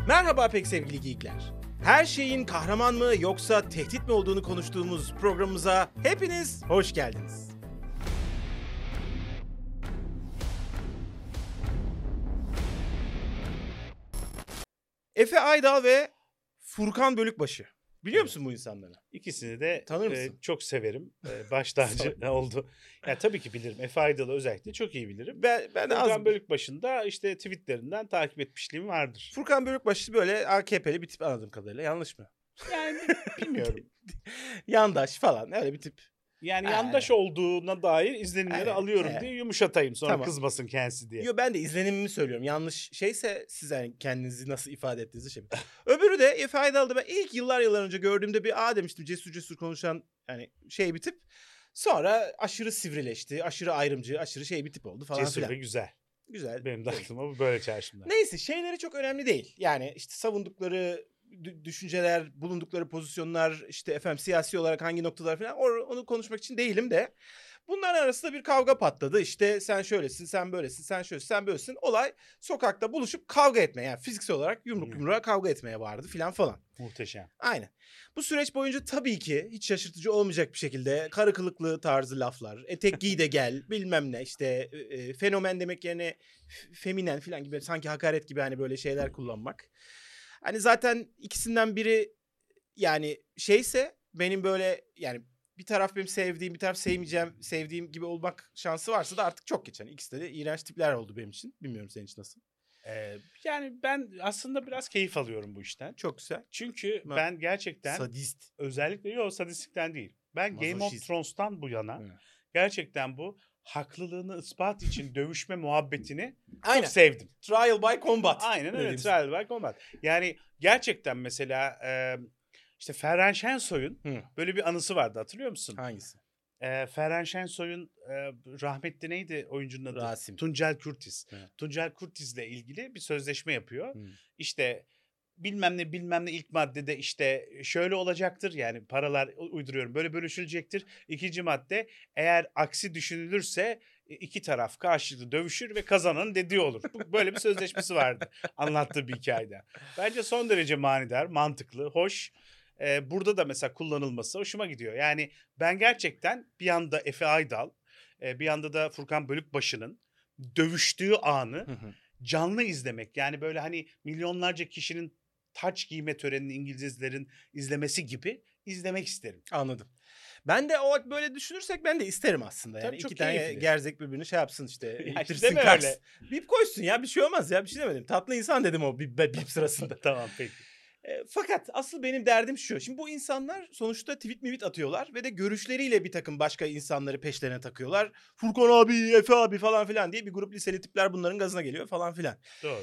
Merhaba pek sevgili geekler. Her şeyin kahraman mı yoksa tehdit mi olduğunu konuştuğumuz programımıza hepiniz hoş geldiniz. Efe Aydal ve Furkan Bölükbaşı. Biliyor musun bu insanları? İkisini de Tanır mısın? çok severim. Baş tacı oldu. Ya tabii ki bilirim. Efe Aydal'ı özellikle çok iyi bilirim. Ben az... Furkan Bölükbaşı'nda işte tweetlerinden takip etmişliğim vardır. Furkan Bölükbaşı böyle AKP'li bir tip anladığım kadarıyla. Yanlış mı? Yani bilmiyorum. Yandaş falan öyle bir tip. Yani yandaş olduğuna dair izlenimleri alıyorum diye yumuşatayım sonra Tamam. kızmasın kendisi diye. Yo, ben de izlenimimi söylüyorum. Yanlış şeyse siz yani kendinizi nasıl ifade ettiğinizi şey. Öbürü de Efe Aydal'da ben ilk yıllar önce gördüğümde bir demiştim, cesur cesur konuşan yani bir tip. Sonra aşırı sivrileşti, aşırı ayrımcı, aşırı bir tip oldu falan Cesur filan. ve güzel. Güzel. Benim de aklıma bu böyle çağrışımlar. Neyse, şeyleri çok önemli değil. Yani işte savundukları düşünceler, bulundukları pozisyonlar, işte efendim siyasi olarak hangi noktalar falan, onu konuşmak için değilim de. Bunların arasında bir kavga patladı. İşte sen şöylesin, sen böylesin, sen şöylesin, sen böylesin. Olay sokakta buluşup kavga etmeye, yani fiziksel olarak yumruk yumruğa kavga etmeye vardı filan falan. Muhteşem. Aynen. Bu süreç boyunca tabii ki hiç şaşırtıcı olmayacak bir şekilde karı kılıklı tarzı laflar, etek giy de gel, bilmem ne, işte fenomen demek yerine feminen filan gibi, sanki hakaret gibi hani böyle şeyler kullanmak. Hani zaten ikisinden biri yani benim böyle yani bir taraf benim sevdiğim, bir taraf sevdiğim gibi olmak şansı varsa da artık çok geç. Yani ikisi de iğrenç tipler oldu benim için. Bilmiyorum senin için nasıl? Yani ben aslında biraz keyif alıyorum bu işten. Çok güzel. Çünkü ben gerçekten sadist. Özellikle sadistikten değil. Ben Game of Thrones'tan bu yana gerçekten bu haklılığını ispat için dövüşme muhabbetini çok sevdim. Trial by combat. Aynen öyle. Trial by combat. Yani gerçekten mesela işte Ferhan Şensoy'un böyle bir anısı vardı, hatırlıyor musun? Hangisi? Ferhan Şensoy'un rahmetli neydi oyuncunun adı? Rasim. Tuncel Kurtiz. Tuncel Kurtiz'le ilgili bir sözleşme yapıyor. İşte bilmem ne ilk maddede işte şöyle olacaktır, yani paralar uyduruyorum böyle bölüşülecektir. İkinci madde, eğer aksi düşünülürse iki taraf karşılıklı dövüşür ve kazananın dediği olur. Böyle bir sözleşmesi vardı anlattığı bir hikayede. Bence son derece manidar, mantıklı, hoş. Burada da mesela kullanılması hoşuma gidiyor. Yani ben gerçekten bir yanda Efe Aydal, bir yanda da Furkan Bölükbaşı'nın dövüştüğü anı canlı izlemek. Yani böyle hani milyonlarca kişinin taç giyme törenini İngilizlerin izlemesi gibi izlemek isterim. Anladım. Ben de o böyle düşünürsek ben de isterim aslında. Yani iki tane gerzek birbirini yapsın işte. İttirsin öyle. Bip koysun ya, bir şey olmaz ya, bir şey demedim. Tatlı insan dedim o bip sırasında. Tamam peki. Fakat asıl benim derdim şu. Şimdi bu insanlar sonuçta tweet atıyorlar ve de görüşleriyle bir takım başka insanları peşlerine takıyorlar. Furkan abi, Efe abi falan filan diye bir grup liseli tipler bunların gazına geliyor falan filan. Doğru.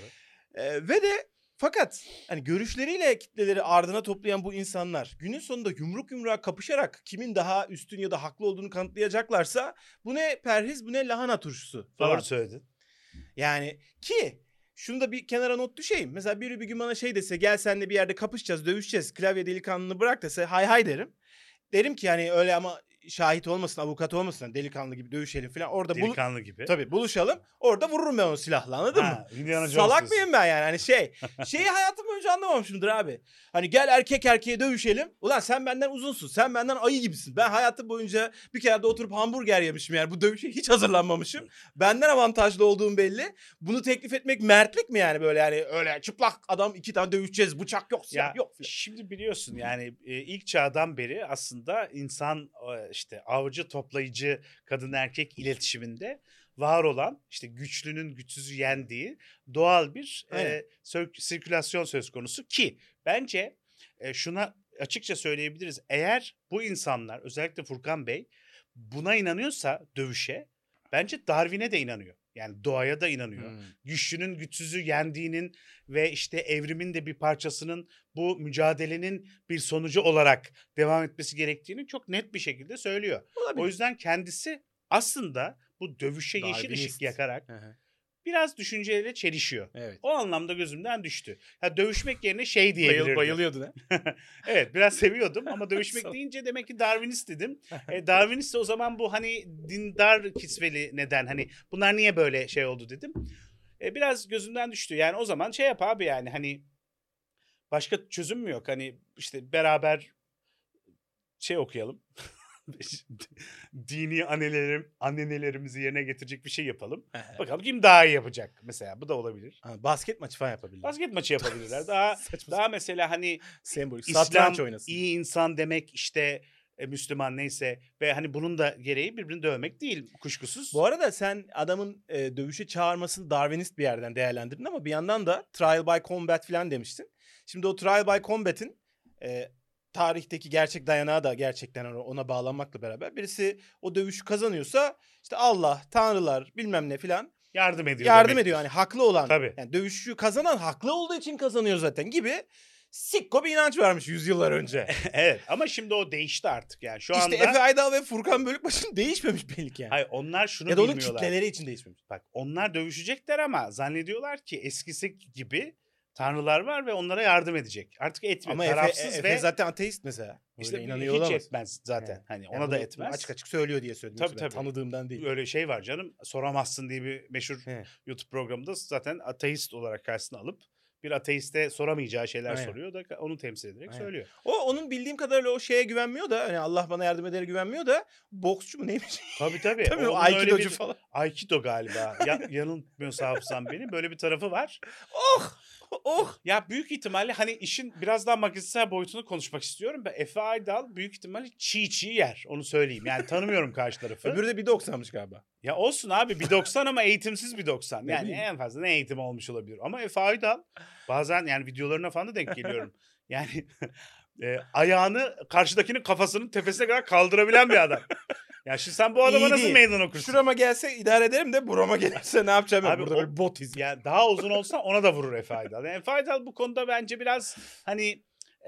Ve de fakat hani görüşleriyle kitleleri ardına toplayan bu insanlar günün sonunda yumruk yumruğa kapışarak kimin daha üstün ya da haklı olduğunu kanıtlayacaklarsa bu ne perhiz, bu ne lahana turşusu falan. Doğru söyledin. Yani ki şunu da bir kenara not düşeyim. Mesela biri bir gün bana dese, gel seninle bir yerde kapışacağız, dövüşeceğiz, klavye delikanlını bırak dese, hay derim. Derim ki hani öyle ama şahit olmasın, avukat olmasın, delikanlı gibi dövüşelim falan. Orada delikanlı gibi. Tabii buluşalım. Orada vururum ben onu silahla, anladın mı? Indiana Salak mıyım ben yani? Hani şeyi hayatım boyunca anlamamışımdır abi. Hani gel erkek erkeğe dövüşelim. Ulan sen benden uzunsun. Sen benden ayı gibisin. Ben hayatım boyunca bir kere de oturup hamburger yemişim yani. Bu dövüşe hiç hazırlanmamışım. Benden avantajlı olduğum belli. Bunu teklif etmek mertlik mi yani, böyle yani öyle çıplak adam iki tane dövüşeceğiz. Bıçak yok, silah yok falan. Şimdi biliyorsun yani ilk çağdan beri aslında insan işte avcı toplayıcı kadın erkek iletişiminde var olan, işte güçlünün güçsüzü yendiği doğal bir sirkülasyon söz konusu ki bence şuna açıkça söyleyebiliriz. Eğer bu insanlar, özellikle Furkan Bey buna inanıyorsa, dövüşe, bence Darwin'e de inanıyor. Yani doğaya da inanıyor. Güçlünün güçsüzü yendiğinin ve işte evrimin de bir parçasının bu mücadelenin bir sonucu olarak devam etmesi gerektiğini çok net bir şekilde söylüyor. Olabilir. O yüzden kendisi aslında bu dövüşe yeşil ışık yakarak biraz düşünceyle çelişiyor. Evet. O anlamda gözümden düştü. Ha, dövüşmek yerine diyebilirdi. Bayılıyordun ha? Evet, biraz seviyordum ama dövüşmek deyince demek ki Darwinist dedim. Darwinist o zaman bu hani dindar kisveli neden, hani bunlar niye böyle oldu dedim. Biraz gözümden düştü. Yani o zaman yap abi, yani hani Başka çözüm mü yok? Hani işte beraber şey okuyalım. Dini annenelerimizi yerine getirecek bir şey yapalım. Bakalım kim daha iyi yapacak mesela. Bu da olabilir. Basket maçı falan yapabilirler. Basket maçı yapabilirler. Daha mesela hani sembolik. İslam Satranç oynasın. iyi insan demek işte Müslüman neyse ve hani bunun da gereği birbirini dövmek değil kuşkusuz. Bu arada sen adamın dövüşe çağırmasını Darwinist bir yerden değerlendirdin ama bir yandan da trial by combat falan demiştin. Şimdi o trial by combat'in tarihteki gerçek dayanağı da gerçekten ona bağlanmakla beraber birisi o dövüşü kazanıyorsa işte Allah, tanrılar bilmem ne falan yardım ediyor. yardım ediyor. Hani haklı olan. Tabii. Yani dövüşü kazanan haklı olduğu için kazanıyor zaten gibi sikko bir inanç varmış yüzyıllar önce. Evet ama şimdi o değişti artık yani. Şu İşte anda Efe Aydal ve Furkan Bölükbaşı'nın değişmemiş belli ki yani. hayır onlar şunu Ya da onun bilmiyorlar. kitleleri için değişmemiş. Bak onlar dövüşecekler ama zannediyorlar ki eskisi gibi tanrılar var ve onlara yardım edecek. Artık etmiyor. Ama Tarafsız Efe ve zaten ateist mesela. işte Öyle inanıyor hiç olamaz. etmez zaten. Yani. Hani Yani ona da bunu etmez. Açık açık söylüyor diye söyledim. Tabii, Ben tabii. tanıdığımdan değil. Öyle şey var canım. Soramazsın diye bir meşhur He. YouTube programında zaten ateist olarak karşısına alıp bir ateiste soramayacağı şeyler Aynen. soruyor da onu temsil ederek Aynen. söylüyor. Onun bildiğim kadarıyla o şeye güvenmiyor da hani Allah bana yardım eder güvenmiyor da boksçu mu neymiş? Tabii tabii. Tabii o Onun öyle Aikidocu bir falan. Aikido galiba. Yanılmıyorsa hafızam benim. Böyle bir tarafı var. Oh! Oh! Ya büyük ihtimalle hani işin biraz daha magazinsel boyutunu konuşmak istiyorum. Efe Aydal büyük ihtimalle çiğ yer. Onu söyleyeyim. Yani tanımıyorum karşı tarafı. Öbürü de 1.90'mış galiba. Ya olsun abi 1.90 ama eğitimsiz 1.90. Ne Yani bileyim. en fazla ne eğitim olmuş olabilir. Ama Efe Aydal bazen yani videolarına falan da denk geliyorum. Yani ayağını karşıdakinin kafasının tepesine kadar kaldırabilen bir adam. Ya şimdi sen bu adama İyi nasıl değil. meydan okursun? Şurama gelse idare ederim de burama gelirse ne yapacağım? Abi Burada o- böyle bot izin. Ya daha uzun olsa ona da vurur Efe Aydal. Yani Efe Aydal bu konuda bence biraz hani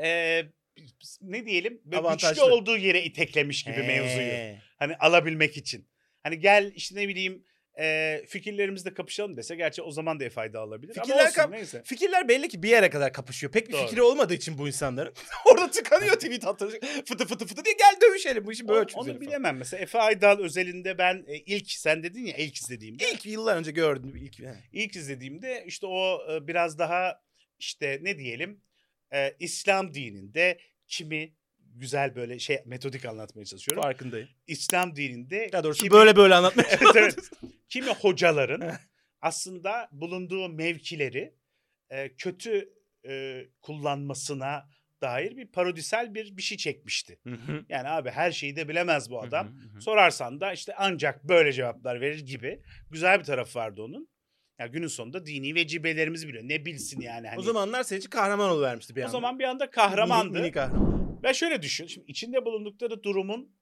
ne diyelim böyle güçlü Avantajlı. olduğu yere iteklemiş gibi mevzuyu. Hani alabilmek için. Hani gel işte ne bileyim fikirlerimizle kapışalım dese gerçi o zaman da Efe Aydal alabilir. Ama olsun neyse. Fikirler belli ki bir yere kadar kapışıyor. Pek bir Doğru. fikri olmadığı için bu insanların. Orada tıkanıyor tweet atıyor. Fıtı fıtı fıtı diye gel dövüşelim. Bu işi böyle çözelim Onu falan. bilemem. Mesela Efe Aydal özelinde ben ilk sen dedin ya ilk izlediğimde. İlk yıllar önce gördüm. İlk izlediğimde işte o biraz daha işte ne diyelim İslam dininde kimi güzel böyle şey metodik anlatmaya çalışıyorum. Farkındayım. İslam dininde Daha doğrusu kimi, böyle anlatmaya evet, kimi hocaların aslında bulunduğu mevkileri kötü kullanmasına dair bir parodisel bir şey çekmişti. Yani abi her şeyi de bilemez bu adam. Sorarsan da işte ancak böyle cevaplar verir gibi güzel bir tarafı vardı onun. Ya günün sonunda dini vecibelerimizi biliyor. Ne bilsin yani. Hani, O zamanlar senin için kahraman oluvermişti bir anda. o zaman bir anda kahramandı. Mini kahraman. Ve şöyle düşün. Şimdi içinde bulundukları durumun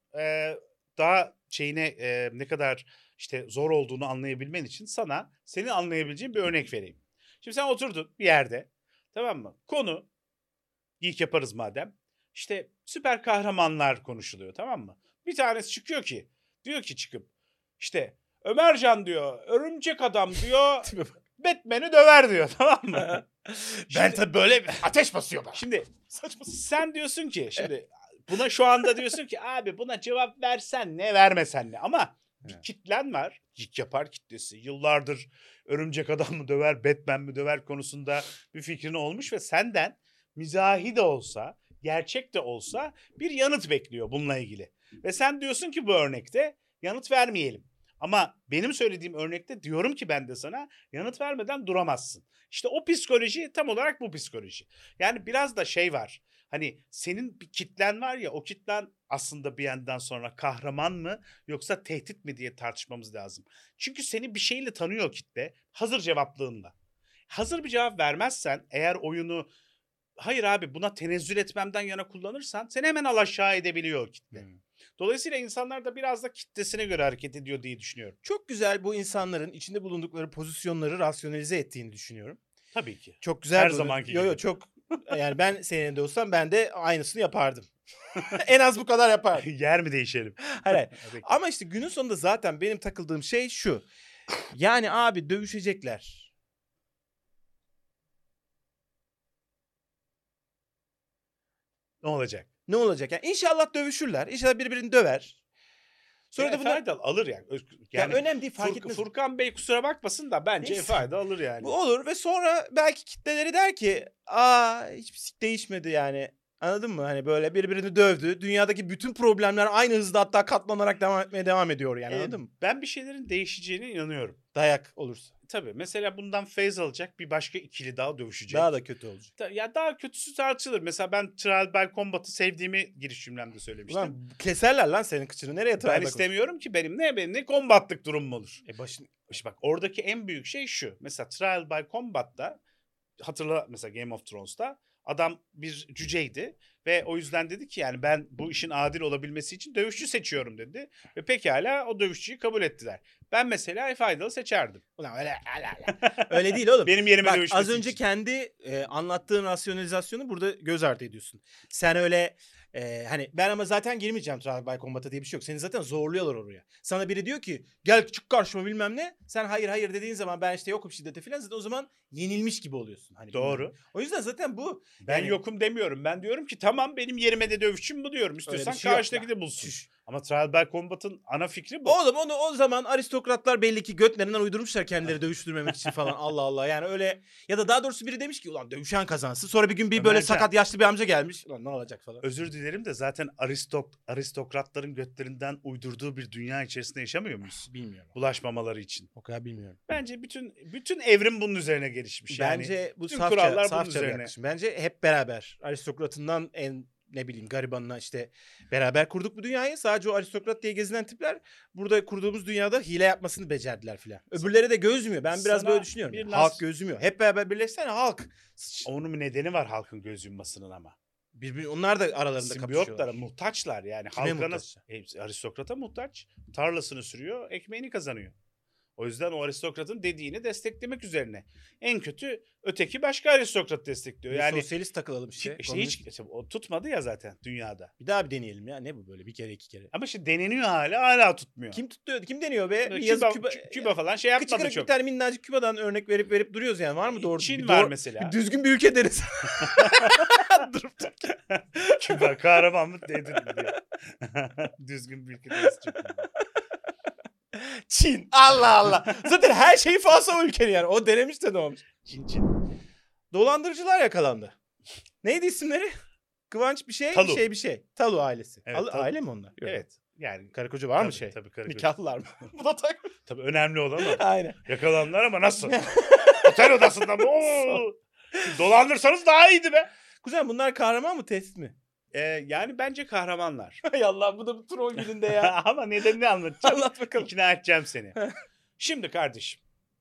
daha ne kadar işte zor olduğunu anlayabilmen için sana senin anlayabileceğin bir örnek vereyim. Şimdi sen oturdun bir yerde. Tamam mı? Konu geek yaparız madem. İşte süper kahramanlar konuşuluyor tamam mı? Bir tanesi çıkıyor ki diyor ki çıkıp işte Ömercan diyor örümcek adam diyor Batman'i döver diyor tamam mı? Ben tabii böyle ateş basıyor bana. Şimdi sen diyorsun ki şimdi buna şu anda diyorsun ki abi buna cevap versen ne vermesen ne ama bir kitlen var. Geek yapar kitlesi. Yıllardır örümcek adam mı döver Batman mi döver konusunda bir fikrin olmuş ve senden mizahi de olsa gerçek de olsa bir yanıt bekliyor bununla ilgili. Ve sen diyorsun ki bu örnekte yanıt vermeyelim. Ama benim söylediğim örnekte diyorum ki ben de sana yanıt vermeden duramazsın. İşte o psikoloji tam olarak bu psikoloji. Yani biraz da şey var. Hani senin bir kitlen var ya o kitlen aslında bir yandan sonra kahraman mı yoksa tehdit mi diye tartışmamız lazım. Çünkü seni bir şeyle tanıyor kitle hazır cevaplığınla. Hazır bir cevap vermezsen eğer oyunu hayır abi buna tenezzül etmemden yana kullanırsan seni hemen alaşağı edebiliyor o kitle. Dolayısıyla insanlar da biraz da kitlesine göre hareket ediyor diye düşünüyorum. Çok güzel bu insanların içinde bulundukları pozisyonları rasyonalize ettiğini düşünüyorum. Tabii ki. Çok güzel. Her zamanki gibi. Yo çok yani ben senin yerinde olsam ben de aynısını yapardım. En az bu kadar yapardım. Yer mi değişelim? Hayır. Peki. Ama işte günün sonunda zaten benim takıldığım şey şu. Yani abi dövüşecekler. Ne olacak? Ne olacak? Yani inşallah dövüşürler. İnşallah birbirini döver. Sonra da Efe bunlar Aydal alır yani. ya Yani önemli değil, fark etmez. Furkan Bey kusura bakmasın da bence Neyse. Efe Aydal alır yani. Bu olur ve sonra belki kitleleri der ki hiçbir sik değişmedi yani. Anladın mı? Hani böyle birbirini dövdü. Dünyadaki bütün problemler aynı hızda hatta katlanarak devam ediyor yani, anladın mı? Ben bir şeylerin değişeceğine inanıyorum. Dayak olursa. Tabii mesela bundan feyz alacak bir başka ikili daha dövüşecek. Daha da kötü olacak. Ya daha kötüsü tartışılır. Mesela ben Trial by Combat'ı sevdiğimi giriş cümlemde söylemiştim. Ulan keserler lan senin kıçını. Nereye Ben tırnak istemiyorum ki benim ne combat'lık durumum olur. başın... İşte bak oradaki en büyük şey şu. Mesela Trial by Combat'ta hatırla mesela Game of Thrones'ta adam bir cüceydi ve o yüzden dedi ki yani ben bu işin adil olabilmesi için dövüşçü seçiyorum dedi. Ve pekala o dövüşçüyü kabul ettiler. Ben mesela Efe Aydal'ı seçerdim. Ulan öyle değil oğlum. Benim yerime Bak, dövüşmesi az önce için. kendi anlattığın rasyonalizasyonu burada göz ardı ediyorsun. Sen öyle hani ben ama zaten girmeyeceğim Trial by Combat'a diye bir şey yok. Seni zaten zorluyorlar oraya. Sana biri diyor ki gel çık karşıma bilmem ne. Sen hayır dediğin zaman ben işte yokum şiddete falan, zaten o zaman yenilmiş gibi oluyorsun. Hani Doğru. O yüzden zaten bu. Ben yani, yokum demiyorum. Ben diyorum ki tamam benim yerime de dövüşçüm bu diyorum. İstiyorsan şey yok karşıdaki ya. de bulsun. Şuş. Ama Trial by Combat'ın ana fikri bu. Oğlum onu o zaman aristokratlar belli ki götlerinden uydurmuşlar kendileri dövüştürmemek için falan. Allah Allah, yani öyle, ya da daha doğrusu biri demiş ki ulan dövüşen kazansın. Sonra bir gün bir böyle Ömercan, sakat yaşlı bir amca gelmiş. Ulan ne olacak falan. özür dilerim de zaten aristokratların götlerinden uydurduğu bir dünya içerisinde yaşamıyor muyuz? Bilmiyorum. Bulaşmamaları için. O kadar bilmiyorum. Bence bütün evrim bunun üzerine gelişmiş. Yani Bence bu bütün safça, kurallar bunun safça bir üzerine. yaklaşım. Bence hep beraber aristokratından en ne bileyim garibanına işte beraber kurduk bu dünyayı. Sadece o aristokrat diye gezinen tipler burada kurduğumuz dünyada hile yapmasını becerdiler filan. Öbürleri de gözmüyor. Ben biraz Sana böyle düşünüyorum. bir Yani. nas- Halk gözümüyor. Hep beraber birleşsene halk. Onun bir nedeni var halkın göz yummasının ama. Onlar da aralarında Simbiyotlara kapışıyorlar. muhtaçlar yani. Kime Halka muhtaç? aristokrata muhtaç. Tarlasını sürüyor, ekmeğini kazanıyor. O yüzden o aristokratın dediğini desteklemek üzerine. En kötü öteki başka aristokrat destekliyor. Bir Yani sosyalist takılalım işte. işte hiç o tutmadı ya zaten dünyada. Bir daha bir deneyelim ya. Ne bu böyle bir kere iki kere. Ama işte deneniyor hala tutmuyor. Kim tutuyor? Kim deniyor be? Küba, Bir yazık Küba falan şey Küçük yapmadı bir çok. tane minnacık Küba'dan örnek verip duruyoruz yani. Var mı doğru? Çin bir var doğru- mesela. Bir düzgün bir ülke deriz. Durup dururken. Küba kahraman mı dedin diye. Düzgün bir ülke demesi çok iyi. Çin. Allah Allah. Zaten her şeyi falso o ülkenin yani. O denemiş de ne olmuş. Çin. Dolandırıcılar yakalandı. Neydi isimleri? Kıvanç bir şey, Talu. bir şey. Talu ailesi. Evet, Talu. Aile mi onlar? Yok. Evet. Yani Karı koca var mı tabii, şey? Tabii karı koca. Nikahlılar mı? Bu da tak. Tabii önemli olan o. Aynen. Yakalanlar ama nasıl? Otel odasında mı? Oo! Dolandırsanız daha iyiydi be. Kuzen bunlar kahraman mı tehdit mi? Yani bence kahramanlar. Hay Allah, bu da bir troll gününde ya. Ama nedenini anlatacağım. Anlat bakalım. İkna edeceğim seni. Şimdi kardeşim.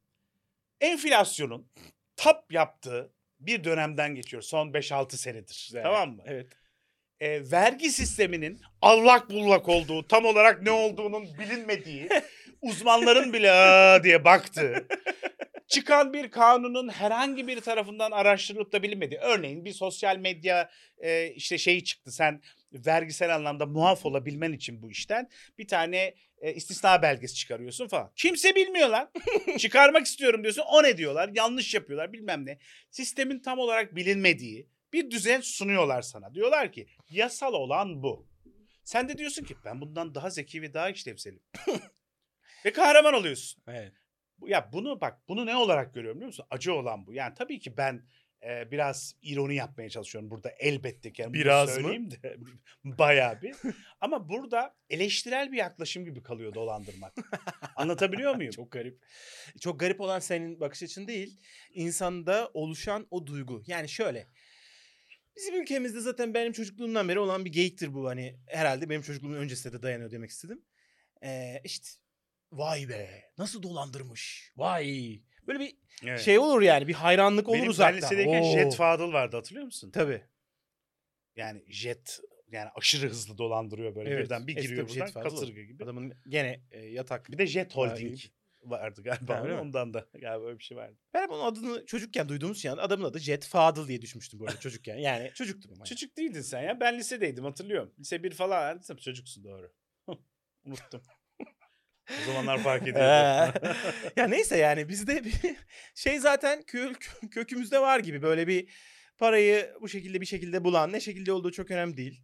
Enflasyonun tap yaptığı bir dönemden geçiyor. Son 5-6 senedir. Güzel. Tamam mı? Evet. Vergi sisteminin allak bullak olduğu, tam olarak ne olduğunun bilinmediği, uzmanların bile "Aa" diye baktığı, çıkan bir kanunun herhangi bir tarafından araştırılıp da bilinmediği. Örneğin bir sosyal medya işte şeyi çıktı. Sen vergisel anlamda muaf olabilmen için bu işten bir tane istisna belgesi çıkarıyorsun falan. Kimse bilmiyor lan. Çıkarmak istiyorum diyorsun. O ne diyorlar? Yanlış yapıyorlar bilmem ne. Sistemin tam olarak bilinmediği bir düzen sunuyorlar sana. Diyorlar ki yasal olan bu. Sen de diyorsun ki ben bundan daha zeki ve daha işlevselim. Ve kahraman oluyorsun. Evet. Ya bunu ne olarak görüyorum biliyor musun? Acı olan bu. Yani tabii ki ben biraz ironi yapmaya çalışıyorum burada elbette ki. Yani Biraz bunu mı? söyleyeyim de bayağı bir. Ama burada eleştirel bir yaklaşım gibi kalıyor dolandırmak. Anlatabiliyor muyum? Çok garip. Çok garip olan senin bakış açın değil. İnsanda oluşan o duygu. Yani şöyle. Bizim ülkemizde zaten benim çocukluğumdan beri olan bir geyiktir bu. Hani herhalde benim çocukluğumun öncesine de dayanıyor demek istedim. İşte vay be nasıl dolandırmış. Vay. Böyle bir Evet. şey olur yani, bir hayranlık olur Benim uzaktan. ben lisedeyken Jet Fadıl vardı hatırlıyor musun? Tabii. Yani Jet yani aşırı hızlı dolandırıyor böyle. Evet. Birden bir Eski giriyor bir buradan Jet Fadıl kasırga gibi. Adamın gene yatak. Bir de Jet Bayağı Holding iyi. vardı galiba. Ha, öyle mi? Ondan da galiba öyle bir şey vardı. Ben hep onun adını çocukken duyduğumuz şey, adamın adı Jet Fadıl diye düşmüştüm bu arada çocukken. Yani çocuktum ama. Çocuk değildin sen ya. Ben lisedeydim hatırlıyorum. Lise 1 falan. Tabii çocuksun doğru. Unuttum. O zamanlar fark ediyordum. Ya neyse yani bizde bir şey zaten kökümüzde var gibi, böyle bir parayı bu şekilde bir şekilde bulan, ne şekilde olduğu çok önemli değil.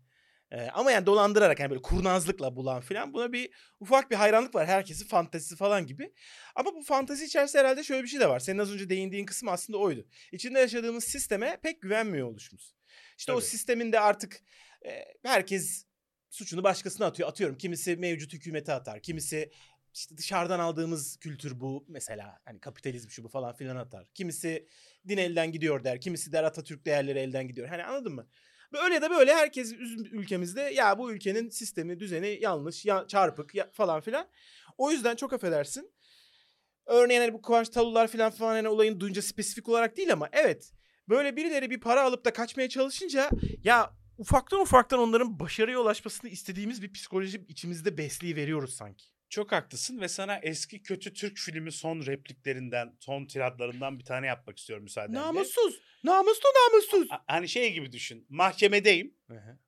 Ama yani dolandırarak yani böyle kurnazlıkla bulan filan buna bir ufak bir hayranlık var. Herkesin fantezisi falan gibi. Ama bu fantezi içerisinde herhalde şöyle bir şey de var. Senin az önce değindiğin kısım aslında oydu. İçinde yaşadığımız sisteme pek güvenmiyor oluşumuz. İşte o Tabii. sistemin de artık herkes suçunu başkasına atıyor. Atıyorum kimisi mevcut hükümete atar. Kimisi işte dışarıdan aldığımız kültür bu mesela. Hani kapitalizm şu bu falan filan atar. Kimisi din elden gidiyor der. Kimisi der Atatürk değerleri elden gidiyor. Hani anladın mı? Böyle ya da böyle herkes ülkemizde ya bu ülkenin sistemi, düzeni yanlış, çarpık falan filan. O yüzden çok affedersin. Örneğin hani bu Kıvanç Tatlıtuğ falan hani olayın duyunca spesifik olarak değil ama evet. Böyle birileri bir para alıp da kaçmaya çalışınca ya ufaktan onların başarıya ulaşmasını istediğimiz bir psikoloji içimizde besleyiveriyoruz sanki. Çok haklısın ve sana eski kötü Türk filmi son repliklerinden, son tiratlarından bir tane yapmak istiyorum müsaadenle. Namussuz. Namussuz. Hani şey gibi düşün. Mahkemedeyim. Hı-hı.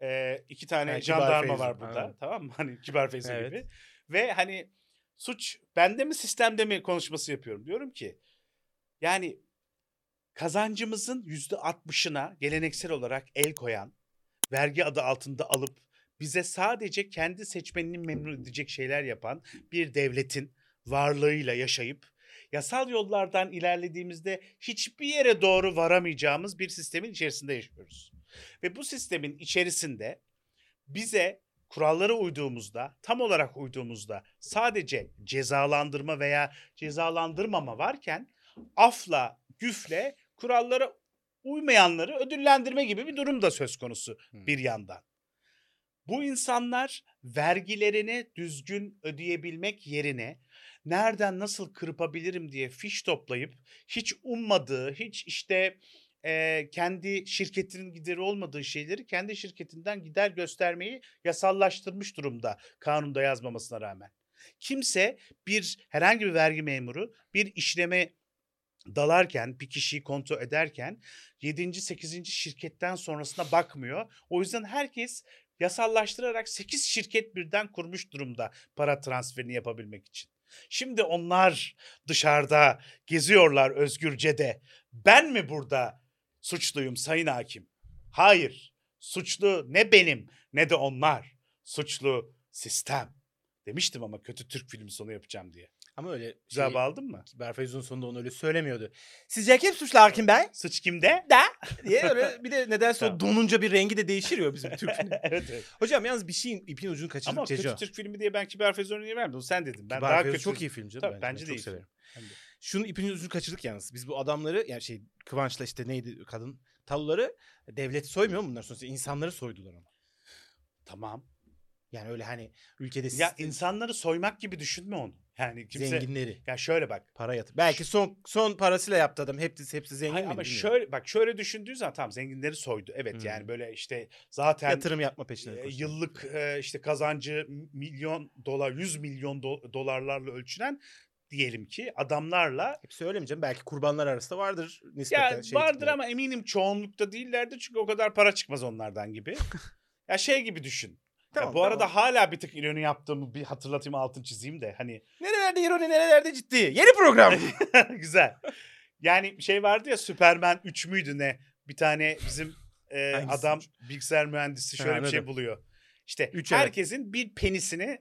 2 tane Kibar jandarma Feyzo. var burada. Ha. Tamam mı? Hani Kibar Feyzo Evet. gibi. Ve hani suç bende mi sistemde mi konuşması yapıyorum. Diyorum ki yani kazancımızın %60'ına geleneksel olarak el koyan, vergi adı altında alıp bize sadece kendi seçmenini memnun edecek şeyler yapan bir devletin varlığıyla yaşayıp yasal yollardan ilerlediğimizde hiçbir yere doğru varamayacağımız bir sistemin içerisinde yaşıyoruz. Ve bu sistemin içerisinde bize kurallara uyduğumuzda, tam olarak uyduğumuzda sadece cezalandırma veya cezalandırmama varken afla, güfle kurallara uymayanları ödüllendirme gibi bir durum da söz konusu bir yandan. Bu insanlar vergilerini düzgün ödeyebilmek yerine nereden nasıl kırpabilirim diye fiş toplayıp hiç ummadığı, hiç işte kendi şirketinin gideri olmadığı şeyleri kendi şirketinden gider göstermeyi yasallaştırmış durumda kanunda yazmamasına rağmen. Kimse herhangi bir vergi memuru bir işleme dalarken, bir kişiyi kontrol ederken 7. 8. şirketten sonrasına bakmıyor. O yüzden herkes yasallaştırarak 8 şirket birden kurmuş durumda para transferini yapabilmek için. Şimdi onlar dışarıda geziyorlar özgürce de. Ben mi burada suçluyum sayın hakim? Hayır. Suçlu ne benim ne de onlar. Suçlu sistem. Demiştim ama kötü Türk filmi sonu yapacağım diye. Ama öyle Cevabı aldın mı? Kibar Feyzo'nun sonunda onu öyle söylemiyordu. Sizce kim suçlu Hakim Bey? Suç kimde? Diye öyle bir de nedense Tamam. o donunca bir rengi de değişir ya bizim Türk filmi. Evet, evet. Hocam yalnız bir şeyin ipin ucunu Ama kaçırdık kötü Ceco. Türk filmi diye ben Kibar Feyzo'yu niye vermedim? Onu sen dedin. Ben Kibar daha Feyzo kötü. çok iyi film canım. Tabii, bence ben de iyi çok severim. film. Şunun ipin ucunu kaçırdık yalnız. Biz bu adamları yani Kıvanç'la işte neydi kadın Taluları devleti soymuyor mu bunlar sonuçta? İnsanları soydular ama. Tamam. Yani öyle hani ülkede Ya insanları soymak gibi düşünme onu. Yani kimse zenginleri. ya şöyle bak. Para yatır. Belki son parasıyla yaptı adam. Hepsi zengin Hayır, mi? ama şöyle düşündüğün zaman tamam zenginleri soydu. Evet yani böyle işte zaten yatırım yapma peşinde. yıllık işte kazancı milyon dolar, 100 milyon dolarlarla ölçülen diyelim ki adamlarla. Hepsi öyle mi canım? Belki kurbanlar arasında vardır Ya nispeten. vardır ama eminim çoğunlukta değillerdir çünkü o kadar para çıkmaz onlardan gibi. Ya şey gibi düşün. Tamam, bu arada hala bir tık ironi yaptığımı bir hatırlatayım, altını çizeyim de hani. Nerelerde ironi, nerelerde ciddi. Yeni program. Güzel. Yani şey vardı ya, Superman 3 müydü ne? Bir tane bizim adam bilgisayar mühendisi şöyle bir şey buluyor. İşte herkesin bir penisini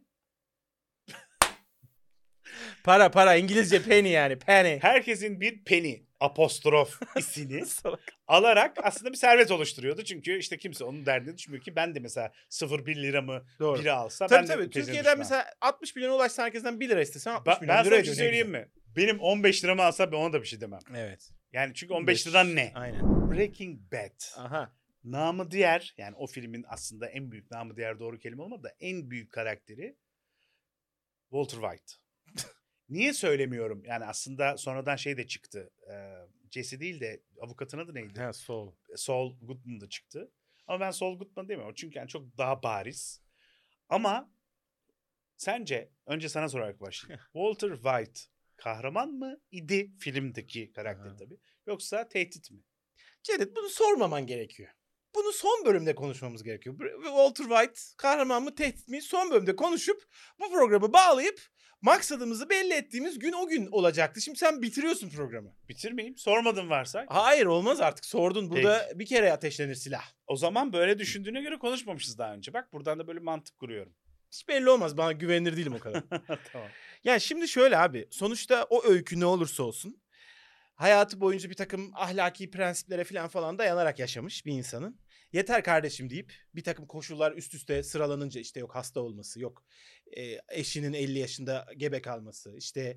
para İngilizce penny yani penny. Herkesin bir penny apostrof isini alarak aslında bir servet oluşturuyordu. Çünkü işte kimse onun derdine düşmüyor ki ben de mesela 0,1 liramı biri alsa tabii, ben de tabii. Türkiye'den mesela 60 milyona ulaşsa herkesten 1 lira istesen 60 milyon ben lira sana bir ediyor. şey söyleyeyim mi? Benim 15 liramı alsa ben ona da bir şey demem. Evet. Yani çünkü 15 liradan ne? Aynen. Breaking Bad. Aha. Namı diğer, yani o filmin aslında en büyük, namı diğer doğru kelime olmadı da en büyük karakteri Walter White. Niye söylemiyorum? Yani aslında sonradan şey de çıktı. Jesse değil de avukatın adı neydi? Ha, Saul. Saul Goodman da çıktı. Ama ben Saul Goodman demiyorum. Çünkü yani çok daha bariz. Ama sence, önce sana sorarak başlayayım. Walter White kahraman mı idi filmdeki karakter tabii? Yoksa tehdit mi? Cevdet, bunu sormaman gerekiyor. Bunu son bölümde konuşmamız gerekiyor. Walter White kahraman mı tehdit mi son bölümde konuşup bu programı bağlayıp maksadımızı belli ettiğimiz gün o gün olacaktı. Şimdi sen bitiriyorsun programı. Bitirmeyeyim. Sormadın varsa. Hayır olmaz artık sordun. Burada bir kere ateşlenir silah. O zaman böyle düşündüğüne göre konuşmamışız daha önce. Bak buradan da böyle mantık kuruyorum. Hiç belli olmaz. Bana güvenilir değilim o kadar. Tamam. Yani şimdi şöyle abi. Sonuçta o öykü ne olursa olsun hayatı boyunca bir takım ahlaki prensiplere falan dayanarak yaşamış bir insanın. Yeter kardeşim deyip bir takım koşullar üst üste sıralanınca işte yok hasta olması, yok eşinin 50 yaşında gebe kalması, işte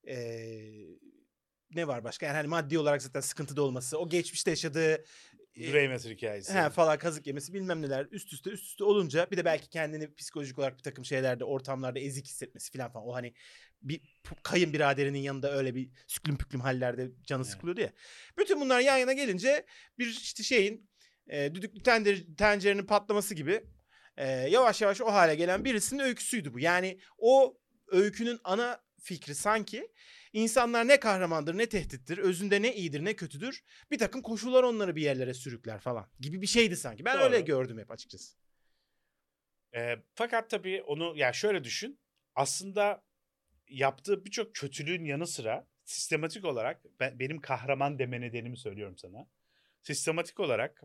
ne var başka? Yani hani maddi olarak zaten sıkıntıda olması, o geçmişte yaşadığı Greymatter hikayesi. falan kazık yemesi bilmem neler üst üste olunca bir de belki kendini psikolojik olarak bir takım şeylerde ortamlarda ezik hissetmesi falan. O hani bir kayınbiraderinin yanında öyle bir süklüm püklüm hallerde canı sıkılıyordu ya. Bütün bunlar yan yana gelince bir işte şeyin düdüklü tencerenin patlaması gibi yavaş yavaş o hale gelen birisinin öyküsüydü bu. Yani o öykünün ana fikri sanki insanlar ne kahramandır ne tehdittir, özünde ne iyidir ne kötüdür. Bir takım koşullar onları bir yerlere sürükler falan gibi bir şeydi sanki. Ben Doğru. öyle gördüm hep açıkçası. Fakat tabii onu ya şöyle düşün. Aslında yaptığı birçok kötülüğün yanı sıra sistematik olarak benim kahraman deme nedenimi söylüyorum sana. Sistematik olarak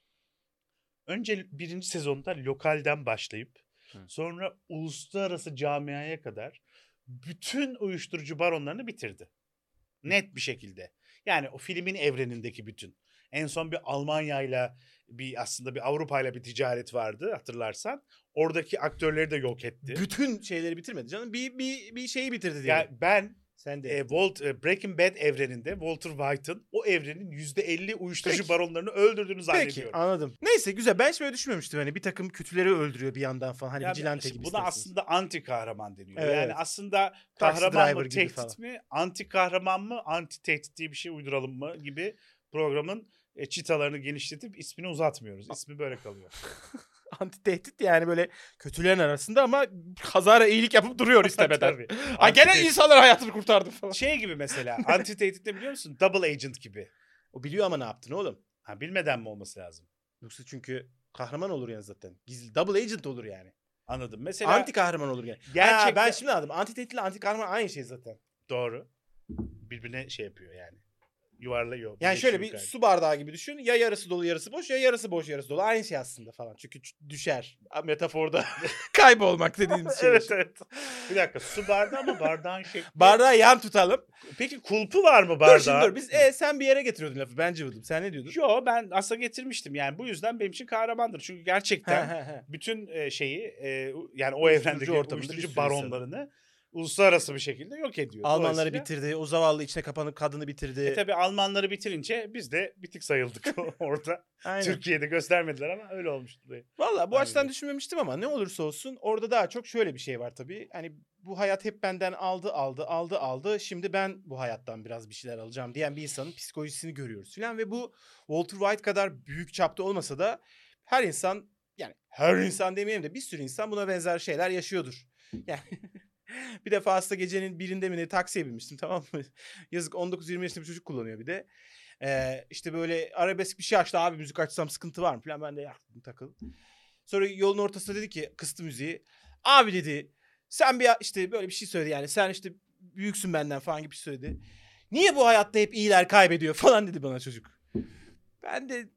önce birinci sezonda lokalden başlayıp sonra uluslararası camiaya kadar bütün uyuşturucu baronlarını bitirdi. Net bir şekilde. Yani o filmin evrenindeki bütün. En son bir Almanya'yla aslında bir Avrupa'yla bir ticaret vardı hatırlarsan. Oradaki aktörleri de yok etti. Bütün şeyleri bitirmedi canım. Bir şeyi bitirdi diye. Ya ben sen de Breaking Bad evreninde Walter White'ın o evrenin %50 uyuşturucu Peki. baronlarını öldürdüğünü zannediyorum. Peki anladım. Neyse güzel. Ben hiç böyle düşünmemiştim. Hani bir takım kötüleri öldürüyor bir yandan falan. Hani vigilante gibi Buna isterseniz. aslında anti kahraman deniyor. Evet, Yani evet. aslında Taxi kahraman Driver mı gibi tehdit falan. mi, anti kahraman mı, anti tehdit diye bir şey uyduralım mı gibi programın çıtalarını genişletip ismini uzatmıyoruz. İsmi böyle kalıyor. Anti tehdit yani böyle kötülerin arasında ama kazara iyilik yapıp duruyor istemeden. Tabii. Ha gene Anti-tehdit. insanlar hayatını kurtardı falan. Şey gibi mesela anti tehdit ne biliyor musun? Double agent gibi. O biliyor ama ne yaptın oğlum? Ha, bilmeden mi olması lazım? Yoksa çünkü kahraman olur yani zaten. Gizli double agent olur yani. Anladım. Mesela Anti kahraman olur yani. Gerçekten- Ha, ben şimdi anladım. Anti tehditle anti kahraman aynı şey zaten. doğru. Birbirine şey yapıyor yani. Yuvarlıyor. Yani şöyle bir birleşiyor su bardağı gibi düşün. Ya yarısı dolu yarısı boş ya yarısı boş yarısı dolu. Aynı şey aslında falan. Çünkü düşer. Metaforda kaybolmak dediğimiz şey. evet evet. Bir dakika su bardağı mı bardağın şekli? Bardağı yan tutalım. Peki kulpu var mı Dur bardağın? şimdi dur. Biz sen bir yere getiriyordun lafı. Ben cıvıdım. Sen ne diyordun? Yo ben aslında getirmiştim yani bu yüzden benim için kahramandır. Çünkü gerçekten He. bütün şeyi yani o Uyuşturucu evrendeki ortamında bir uyuşturucu sürü baronlarını uluslararası bir şekilde yok ediyor. Almanları Dolayısıyla- bitirdi. O zavallı içine kapanık kadını bitirdi. Tabii Almanları bitirince biz de bitik sayıldık orada. Aynen. Türkiye'de göstermediler ama öyle olmuştu. Valla bu Aynen açıdan öyle. düşünmemiştim ama ne olursa olsun orada daha çok şöyle bir şey var tabii. Hani bu hayat hep benden aldı. Şimdi ben bu hayattan biraz bir şeyler alacağım diyen bir insanın psikolojisini görüyoruz filan. Ve bu Walter White kadar büyük çapta olmasa da her insan yani her insan demeyelim de bir sürü insan buna benzer şeyler yaşıyordur. Yani bir defasında gecenin birinde mi ne taksiye binmiştim tamam mı? Yazık 19-20 yaşında bir çocuk kullanıyor bir de. İşte böyle arabesk bir şey açtı abi müzik açsam sıkıntı var mı falan ben de yaktım takıl. Sonra yolun ortasında dedi ki kıstı müziği. Abi dedi sen bir işte böyle bir şey söyledi yani sen işte büyüksün benden falan gibi bir şey söyledi. Niye bu hayatta hep iyiler kaybediyor falan dedi bana çocuk. Ben de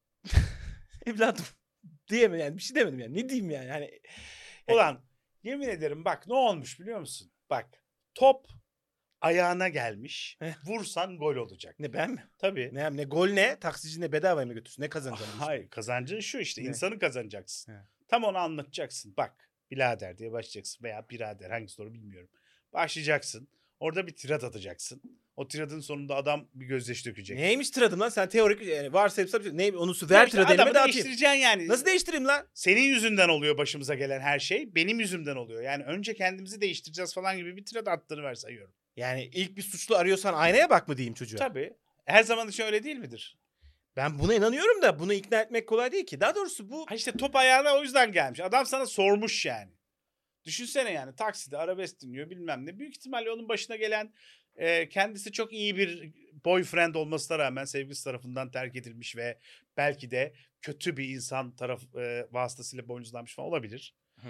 evladım diyemem yani bir şey demedim yani ne diyeyim yani. Hani Ulan yemin ederim bak ne olmuş biliyor musun? Bak top ayağına gelmiş. Vursan gol olacak. ne ben mi? Tabii. Ne gol ne? Taksici ne bedava mı götürsün? Ne kazanacaksın? Hayır kazancın şu işte Ne? insanı kazanacaksın. He. Tam onu anlatacaksın. Bak birader diye başlayacaksın veya birader hangisi doğru bilmiyorum. Başlayacaksın. Orada bir tirat atacaksın. O tiradın sonunda adam bir gözyaşı dökecek. Neymiş tiradım lan? Sen teorik yani varsayımsal bir şey. Ne onu Ya ver işte tiradı elime adamı dağıtayım. değiştireceksin yani. Nasıl değiştireyim lan? Senin yüzünden oluyor başımıza gelen her şey. Benim yüzümden oluyor. Yani önce kendimizi değiştireceğiz falan gibi bir tirat attığını varsayıyorum. Yani ilk bir suçlu arıyorsan aynaya bak mı diyeyim çocuğa? Tabii. Her zaman için öyle değil midir? Ben buna inanıyorum da bunu ikna etmek kolay değil ki. Daha doğrusu bu Ha işte top ayağına o yüzden gelmiş. Adam sana sormuş yani. Düşünsene yani takside arabesk dinliyor bilmem ne. Büyük ihtimalle onun başına gelen kendisi çok iyi bir boyfriend olmasına rağmen sevgilisi tarafından terk edilmiş ve belki de kötü bir insan vasıtasıyla boynuzlanmış falan olabilir.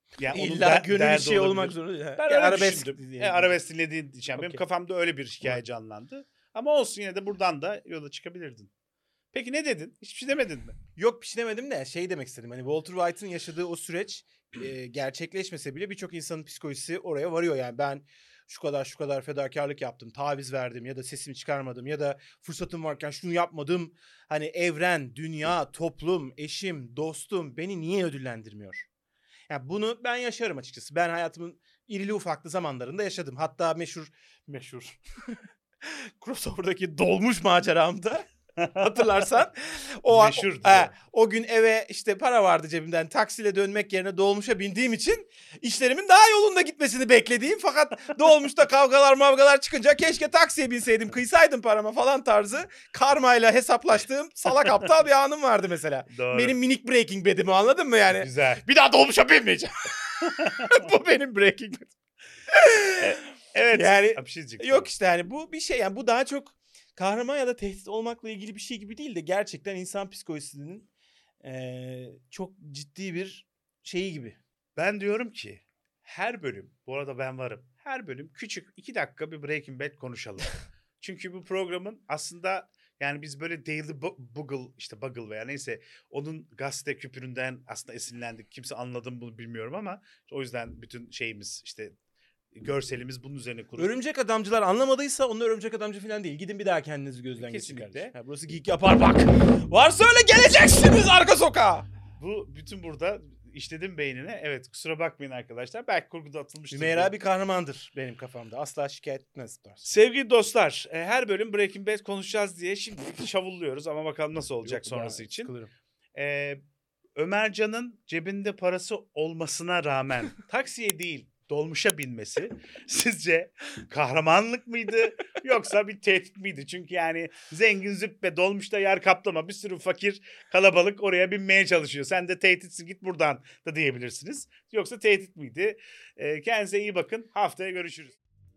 Yani onun İlla gönül derdi işi olmak olabilir. zorunda değil. Ben Ya öyle arabesk düşündüm. diyelim. Arabesk dinlediğin için. Benim Okey. kafamda öyle bir hikaye canlandı. Ama olsun, yine de buradan da yola çıkabilirdin. Peki ne dedin? Hiçbir şey demedin mi? Yok bir şey demedim de şey demek istedim. Hani Walter White'ın yaşadığı o süreç gerçekleşmese bile birçok insanın psikolojisi oraya varıyor. Yani ben şu kadar fedakarlık yaptım, taviz verdim ya da sesimi çıkarmadım ya da fırsatım varken şunu yapmadım. Hani evren, dünya, toplum, eşim, dostum beni niye ödüllendirmiyor? Yani bunu ben yaşarım açıkçası. Ben hayatımın irili ufaklı zamanlarında yaşadım. Hatta meşhur crossover'daki dolmuş maceramda hatırlarsan Meşhurdur o. o gün eve işte para vardı cebimden, taksiyle dönmek yerine dolmuşa bindiğim için işlerimin daha yolunda gitmesini beklediğim, fakat dolmuşta kavgalar mavgalar çıkınca keşke taksiye binseydim, kıysaydım parama falan tarzı karmayla hesaplaştığım salak aptal bir anım vardı mesela. Doğru. Benim minik Breaking Bad'imi anladın mı yani? Güzel. Bir daha dolmuşa binmeyeceğim. Bu benim Breaking Bad. Evet. Yani bir şey diyecektim. yok işte yani bu bir şey, yani bu daha çok kahraman ya da tehdit olmakla ilgili bir şey gibi değil de gerçekten insan psikolojisinin çok ciddi bir şeyi gibi. Ben diyorum ki her bölüm, bu arada ben varım, her bölüm küçük 2 dakika bir Breaking Bad konuşalım. Çünkü bu programın aslında, yani biz böyle Daily Bugle, işte Bugle veya neyse, onun gazete küpüründen aslında esinlendik. Kimse anladı mı bunu bilmiyorum ama o yüzden bütün şeyimiz, işte görselimiz bunun üzerine kurulu. Örümcek adamcılar anlamadıysa onlar örümcek adamcı falan değil. Gidin bir daha kendinizi gözden geçirin Kesinlikle. kardeşim. Burası geek yapar bak. Varsa öyle geleceksiniz arka sokağa. Bu bütün burada işledim beynine. Evet, kusura bakmayın arkadaşlar. Belki kurguda atılmıştır. Hümeyra bu. bir kahramandır benim kafamda. Asla şikayet etmez. Sevgili dostlar, her bölüm Breaking Bad konuşacağız diye şimdi şavulluyoruz ama bakalım nasıl olacak Yok, sonrası ben için. sıkılırım. Ömercan'ın cebinde parası olmasına rağmen taksiye değil dolmuşa binmesi sizce kahramanlık mıydı yoksa bir tehdit miydi? Çünkü yani zengin züppe dolmuşta yer kaplama, bir sürü fakir kalabalık oraya binmeye çalışıyor. Sen de tehditsin, git buradan da diyebilirsiniz. Yoksa tehdit miydi? Kendinize iyi bakın. Haftaya görüşürüz.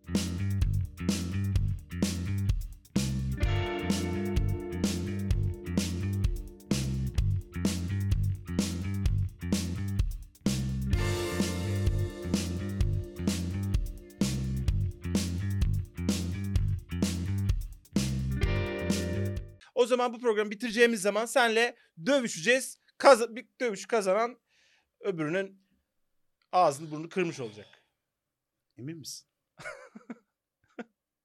O zaman bu programı bitireceğimiz zaman senle dövüşeceğiz. Bir dövüş kazanan öbürünün ağzını burnunu kırmış olacak. Emin misin?